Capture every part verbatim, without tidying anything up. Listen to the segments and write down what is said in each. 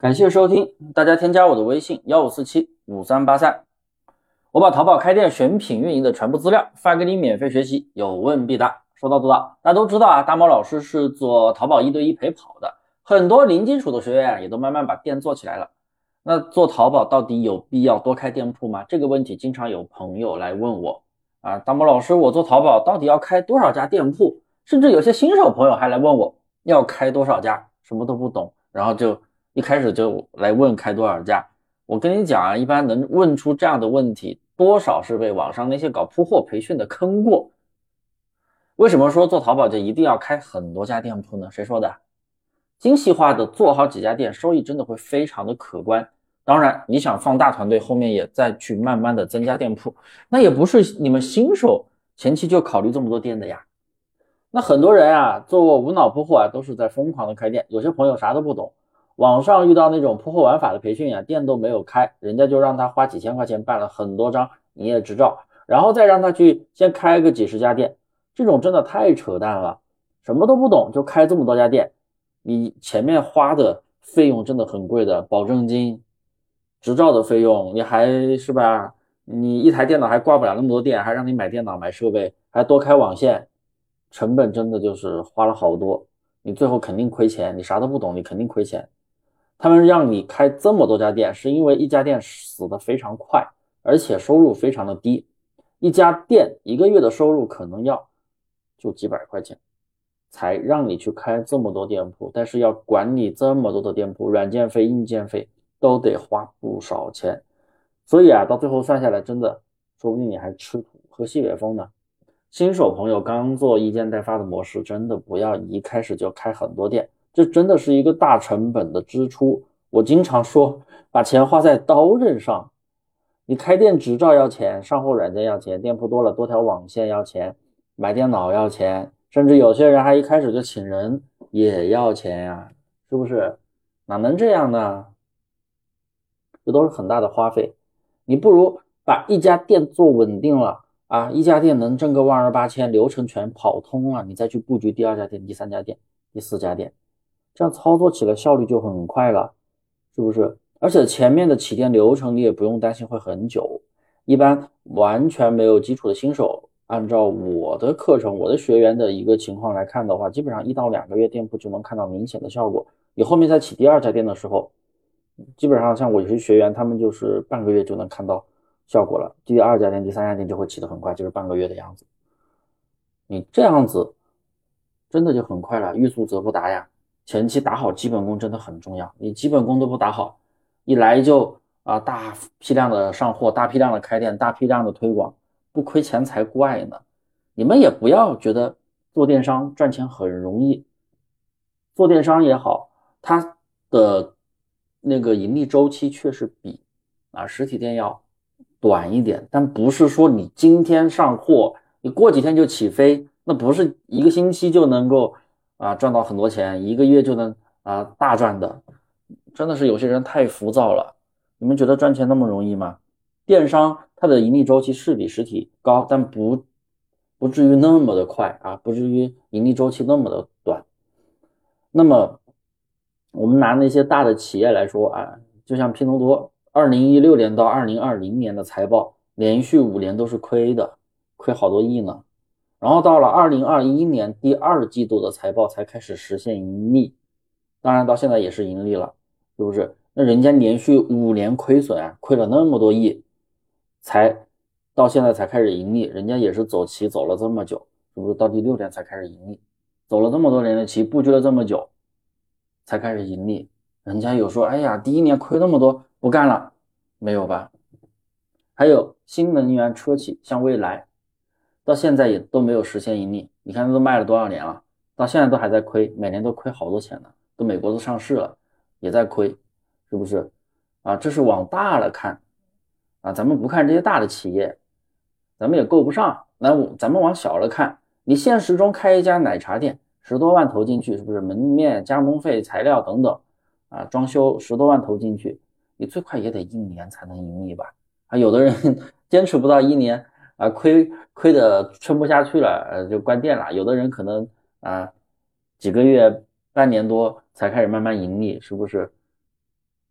感谢收听，大家添加我的微信幺五四七五三八三，我把淘宝开店选品运营的全部资料发给你免费学习，有问必答，说到做到。大家都知道啊，大猫老师是做淘宝一对一陪跑的，很多零基础的学员也都慢慢把店做起来了。那做淘宝到底有必要多开店铺吗？这个问题经常有朋友来问我啊，大猫老师，我做淘宝到底要开多少家店铺？甚至有些新手朋友还来问我要开多少家，什么都不懂，然后就一开始就来问开多少家。我跟你讲啊，一般能问出这样的问题，多少是被网上那些搞铺货培训的坑过。为什么说做淘宝就一定要开很多家店铺呢？谁说的？精细化的做好几家店，收益真的会非常的可观。当然，你想放大团队，后面也再去慢慢的增加店铺，那也不是你们新手前期就考虑这么多店的呀。那很多人啊，做无脑铺货啊，都是在疯狂的开店。有些朋友啥都不懂，网上遇到那种铺货玩法的培训啊，店都没有开，人家就让他花几千块钱办了很多张营业执照，然后再让他去先开个几十家店，这种真的太扯淡了。什么都不懂就开这么多家店，你前面花的费用真的很贵的，保证金、执照的费用，你还是吧？你一台电脑还挂不了那么多店，还让你买电脑、买设备，还多开网线。成本真的就是花了好多，你最后肯定亏钱，你啥都不懂，你肯定亏钱。他们让你开这么多家店，是因为一家店死得非常快，而且收入非常的低。一家店一个月的收入可能要就几百块钱，才让你去开这么多店铺，但是要管理这么多的店铺，软件费、硬件费都得花不少钱。所以啊，到最后算下来，真的说不定你还吃土喝西北风呢。新手朋友刚做一件代发的模式，真的不要一开始就开很多店，这真的是一个大成本的支出。我经常说，把钱花在刀刃上。你开店执照要钱，上货软件要钱，店铺多了多条网线要钱，买电脑要钱，甚至有些人还一开始就请人也要钱呀，是不是？哪能这样呢？这都是很大的花费。你不如把一家店做稳定了。啊，一家店能挣个万二八千，流程全跑通了，你再去布局第二家店、第三家店、第四家店，这样操作起来效率就很快了，是不是？而且前面的起店流程你也不用担心会很久，一般完全没有基础的新手，按照我的课程、我的学员的一个情况来看的话，基本上一到两个月店铺就能看到明显的效果。你后面再起第二家店的时候，基本上像我有些学员，他们就是半个月就能看到效果了，第二家店、第三家店就会起得很快，就是半个月的样子。你这样子真的就很快了，欲速则不达呀。前期打好基本功真的很重要，你基本功都不打好，一来就啊大批量的上货、大批量的开店、大批量的推广，不亏钱才怪呢。你们也不要觉得做电商赚钱很容易，做电商也好，它的那个盈利周期确实比啊实体店要短一点，但不是说你今天上货，你过几天就起飞，那不是一个星期就能够啊赚到很多钱，一个月就能啊大赚的。真的是有些人太浮躁了。你们觉得赚钱那么容易吗？电商它的盈利周期是比实体高，但不不至于那么的快啊，不至于盈利周期那么的短。那么我们拿那些大的企业来说啊，就像拼多多二零一六年到二零二零年的财报连续五年都是亏的，亏好多亿呢。然后到了二零二一年第二季度的财报才开始实现盈利，当然到现在也是盈利了，是不是？那人家连续五年亏损啊，亏了那么多亿，才到现在才开始盈利，人家也是走棋走了这么久，是不是？到第六年才开始盈利，走了这么多年的棋，布局了这么久，才开始盈利。人家有说，哎呀，第一年亏那么多，不干了，没有吧？还有新能源车企，像蔚来，到现在也都没有实现盈利。你看都卖了多少年了，到现在都还在亏，每年都亏好多钱呢。都美国都上市了，也在亏，是不是？啊，这是往大了看啊，咱们不看这些大的企业，咱们也够不上。那咱们往小了看，你现实中开一家奶茶店，十多万投进去，是不是？门面、加盟费、材料等等啊，装修十多万投进去，你最快也得一年才能盈利吧？啊，有的人坚持不到一年啊，亏亏的撑不下去了，呃，就关店了。有的人可能啊，几个月、半年多才开始慢慢盈利，是不是？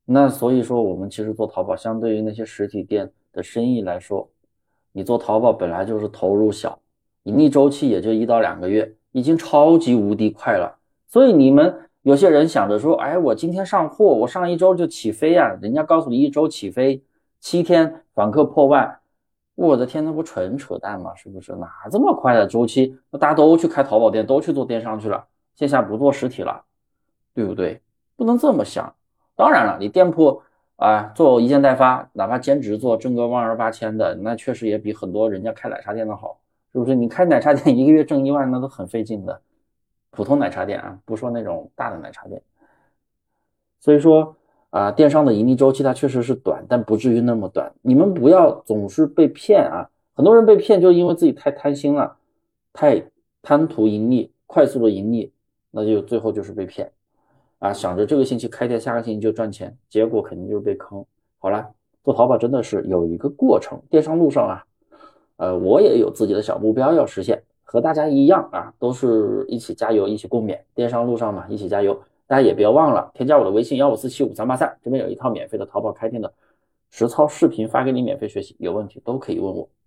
那所以说，我们其实做淘宝，相对于那些实体店的生意来说，你做淘宝本来就是投入小，盈利周期也就一到两个月，已经超级无敌快了。所以你们有些人想着说，哎，我今天上货，我上一周就起飞啊，人家告诉你一周起飞，七天访客破万，我的天，那不纯扯淡吗？是不是？哪这么快的周期？那大家都去开淘宝店，都去做电商去了，线下不做实体了，对不对？不能这么想。当然了，你店铺啊做一件代发，哪怕兼职做挣个万二八千的，那确实也比很多人家开奶茶店的好，是不是？你开奶茶店一个月挣一万，那都很费劲的。普通奶茶店啊，不说那种大的奶茶店。所以说啊，电商的盈利周期它确实是短，但不至于那么短。你们不要总是被骗啊！很多人被骗就因为自己太贪心了，太贪图盈利，快速的盈利，那就最后就是被骗啊！想着这个星期开店，下个星期就赚钱，结果肯定就是被坑。好了，做淘宝真的是有一个过程，电商路上啊，呃，我也有自己的小目标要实现，和大家一样啊，都是一起加油，一起共勉。电商路上嘛，一起加油。大家也别忘了添加我的微信幺五四七五三八三，这边有一套免费的淘宝开店的实操视频发给你免费学习，有问题都可以问我。